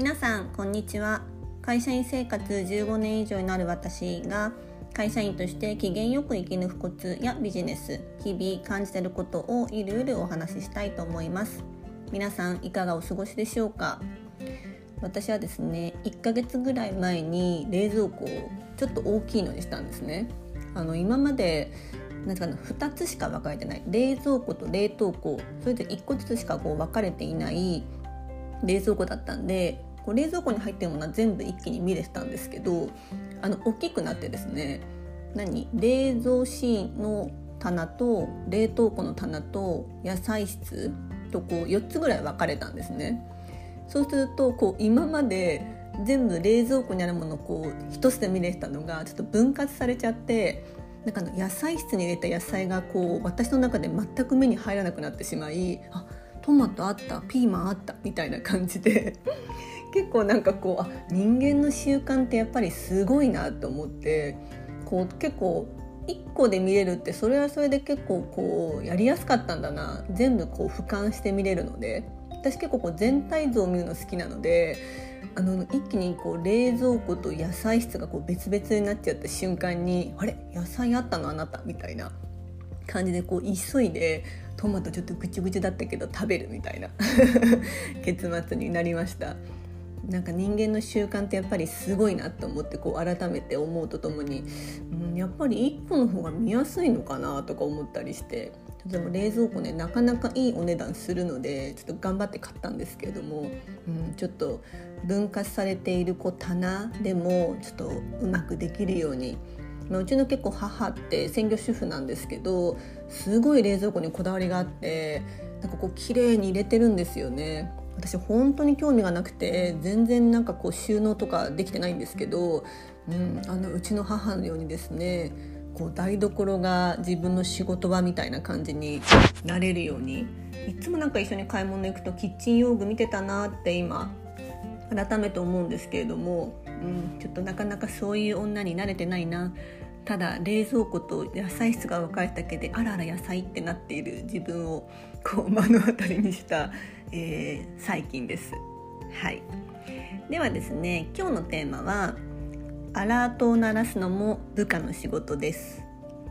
皆さんこんにちは。会社員生活15年以上になる私が会社員として機嫌よく生き抜くコツやビジネス、日々感じていることをゆるゆるお話ししたいと思います。皆さんいかがお過ごしでしょうか。私はですね、1ヶ月ぐらい前に冷蔵庫をちょっと大きいのにしたんですね。今まで2つしか分かれてない冷蔵庫と冷凍庫、それで1個ずつしか分かれていない冷蔵庫だったんで、冷蔵庫に入っているものは全部一気に見れてたんですけど、大きくなってですね、冷蔵シーンの棚と冷凍庫の棚と野菜室と4つぐらい分かれたんですね。そうすると今まで全部冷蔵庫にあるものを一つで見れてたのがちょっと分割されちゃって、野菜室に入れた野菜が私の中で全く目に入らなくなってしまい、トマトあった、ピーマンあったみたいな感じで結構人間の習慣ってやっぱりすごいなと思って、結構1個で見れるってそれはそれで結構やりやすかったんだな、全部俯瞰して見れるので、私結構全体像を見るの好きなので、一気に冷蔵庫と野菜室が別々になっちゃった瞬間に、あれ野菜あったのあなたみたいな感じで急いでトマトちょっとぐちゅぐちゅだったけど食べるみたいな結末になりました。人間の習慣ってやっぱりすごいなと思って改めて思うとともに、やっぱり1個の方が見やすいのかなとか思ったりして、でも冷蔵庫ね、なかなかいいお値段するのでちょっと頑張って買ったんですけれども、ちょっと分割されている棚でもちょっとうまくできるように、うちの結構母って専業主婦なんですけど、すごい冷蔵庫にこだわりがあって、綺麗に入れてるんですよね。私本当に興味がなくて全然収納とかできてないんですけど、うちの母のようにですね、台所が自分の仕事場みたいな感じになれるように、いつも一緒に買い物行くとキッチン用具見てたなって今改めて思うんですけれども、ちょっとなかなかそういう女に慣れてないな。ただ冷蔵庫と野菜室が分かれただけであらあら野菜ってなっている自分を目の当たりにした、最近です。はい。ではですね、今日のテーマはアラートを鳴らすのも部下の仕事です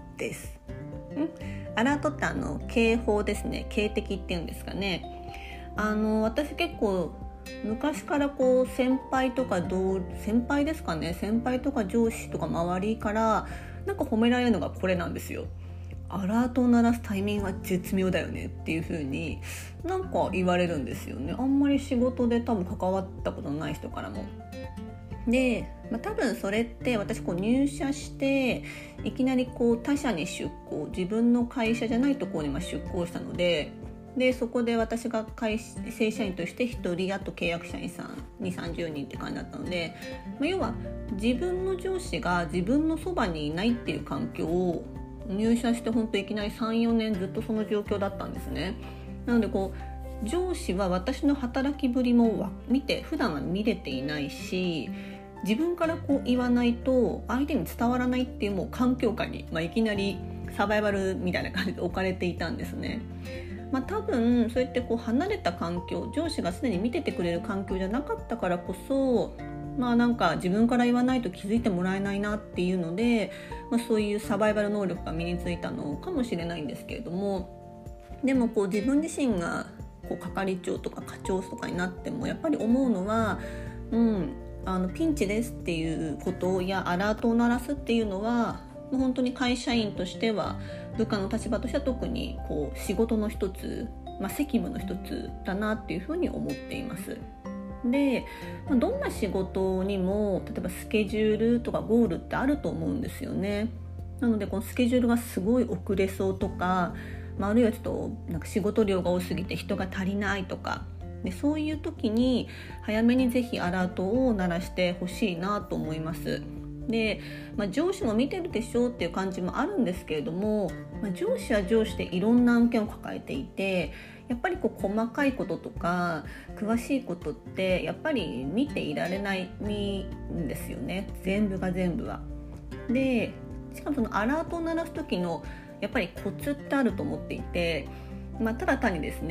アラートって警報ですね。警笛っていうんですかね。私結構昔から先輩とか先輩ですかね、先輩とか上司とか周りから褒められるのがこれなんですよ。アラートを鳴らすタイミングは絶妙だよねっていう風に言われるんですよね。あんまり仕事で多分関わったことのない人からも。で、多分それって私入社していきなり他社に出向、自分の会社じゃないところに出向したので、そこで私が正社員として1人、あと契約社員さん2、30人って感じだったので、要は自分の上司が自分のそばにいないっていう環境を入社して本当いきなり 3,4 年ずっとその状況だったんですね。なので上司は私の働きぶりも普段は見れていないし、自分から言わないと相手に伝わらないっていう環境下に、いきなりサバイバルみたいな感じで置かれていたんですね。多分そうやって離れた環境、上司がすでに見ててくれる環境じゃなかったからこそ、自分から言わないと気づいてもらえないなっていうので、そういうサバイバル能力が身についたのかもしれないんですけれども、でも自分自身が係長とか課長とかになってもやっぱり思うのは、ピンチですっていうことやアラートを鳴らすっていうのは本当に会社員としては、部下の立場としては特に仕事の一つ、責務の一つだなっていうふうに思っています。で、どんな仕事にも例えばスケジュールとかゴールってあると思うんですよね。なのでスケジュールがすごい遅れそうとか、あるいはちょっと仕事量が多すぎて人が足りないとかで、そういう時に早めにぜひアラートを鳴らしてほしいなと思います。で、上司も見てるでしょうっていう感じもあるんですけれども、上司は上司でいろんな案件を抱えていて、やっぱり細かいこととか詳しいことってやっぱり見ていられないんですよね、全部が全部は。で、しかもそのアラートを鳴らす時のやっぱりコツってあると思っていて、ただ単にですね、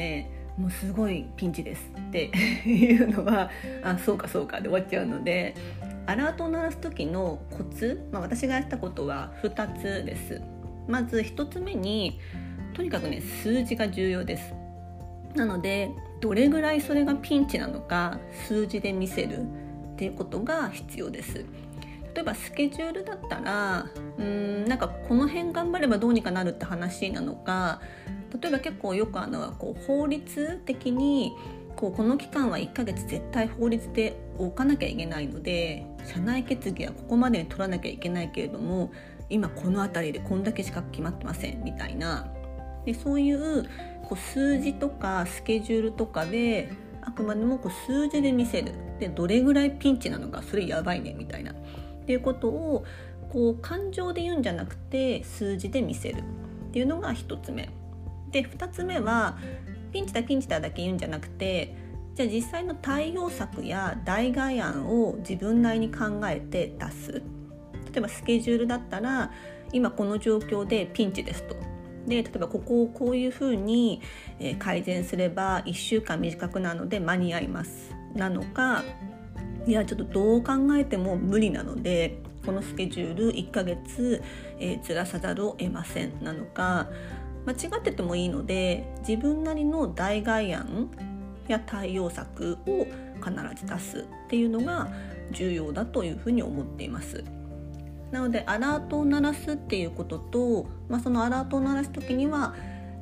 もうすごいピンチですっていうのはそうかそうかで終わっちゃうので、アラートを鳴らす時のコツ、私がやったことは2つです。まず1つ目に、とにかくね、数字が重要です。なのでどれぐらいそれがピンチなのか数字で見せるっていうことが必要です。例えばスケジュールだったらなんかこの辺頑張ればどうにかなるって話なのか、例えば結構よく法律的にこの期間は1ヶ月絶対法律で置かなきゃいけないので、社内決議はここまでに取らなきゃいけないけれども、今この辺りでこんだけしか決まってませんみたいな。でそういう数字とかスケジュールとかであくまでも数字で見せる。でどれぐらいピンチなのか、それやばいねみたいなっていうことを感情で言うんじゃなくて数字で見せるっていうのが1つ目で、2つ目はピンチだだけ言うんじゃなくて、じゃあ実際の対応策や代替案を自分なりに考えて出す。例えばスケジュールだったら、今この状況でピンチですと。で例えばここをこういうふうに改善すれば1週間短くなるので間に合いますなのか、いやちょっとどう考えても無理なのでこのスケジュール1ヶ月ずらさざるを得ませんなのか、間違っててもいいので自分なりの代替案や対応策を必ず出すっていうのが重要だというふうに思っています。なのでアラートを鳴らすっていうことと、そのアラートを鳴らす時には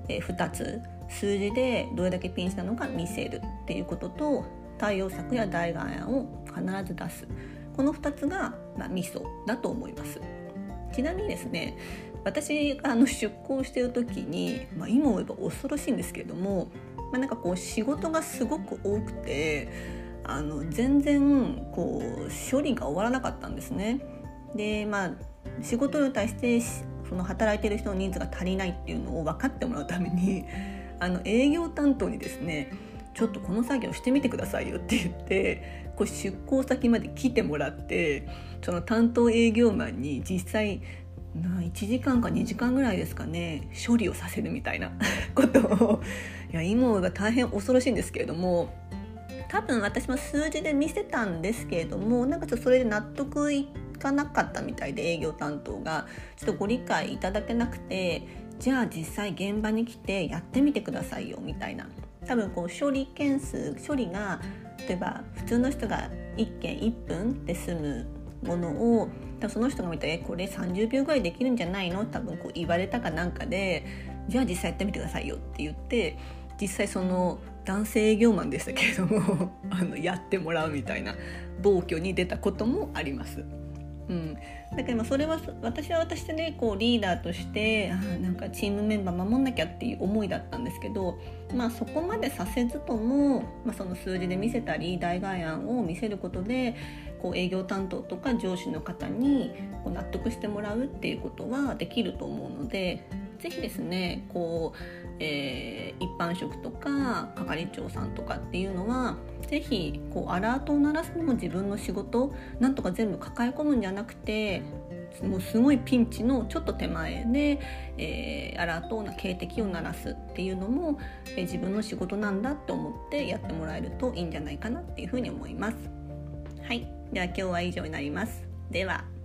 2つ、数字でどれだけピンチなのか見せるっていうことと、対応策や代替案を必ず出す、この2つがミソだと思います。ちなみにですね、私が出向している時に、今思えば恐ろしいんですけれども、なんか仕事がすごく多くて全然処理が終わらなかったんですね。で仕事に対してその働いている人の人数が足りないっていうのを分かってもらうために営業担当にですね、ちょっとこの作業してみてくださいよって言って出向先まで来てもらって、その担当営業マンに実際1時間か2時間ぐらいですかね、処理をさせるみたいなことを今が大変恐ろしいんですけれども、多分私も数字で見せたんですけれども、なんかちょっとそれで納得いかなかったみたいで、営業担当がちょっとご理解いただけなくて、じゃあ実際現場に来てやってみてくださいよみたいな。多分処理が例えば普通の人が1件1分で済むものをその人が見たらこれ30秒ぐらいできるんじゃないの、多分言われたかなんかで、じゃあ実際やってみてくださいよって言って、実際その男性営業マンでしたけれどもやってもらうみたいな暴挙に出たこともあります。だけどそれは私は私でねリーダーとしてなんかチームメンバー守んなきゃっていう思いだったんですけど、そこまでさせずとも、その数字で見せたり代替案を見せることで営業担当とか上司の方に納得してもらうっていうことはできると思うので、ぜひですね一般職とか係長さんとかっていうのはぜひアラートを鳴らすのも自分の仕事なんとか全部抱え込むんじゃなくて、もうすごいピンチのちょっと手前で、アラートの警笛を鳴らすっていうのも、自分の仕事なんだって思ってやってもらえるといいんじゃないかなっていうふうに思います。はい、では今日は以上になります。では。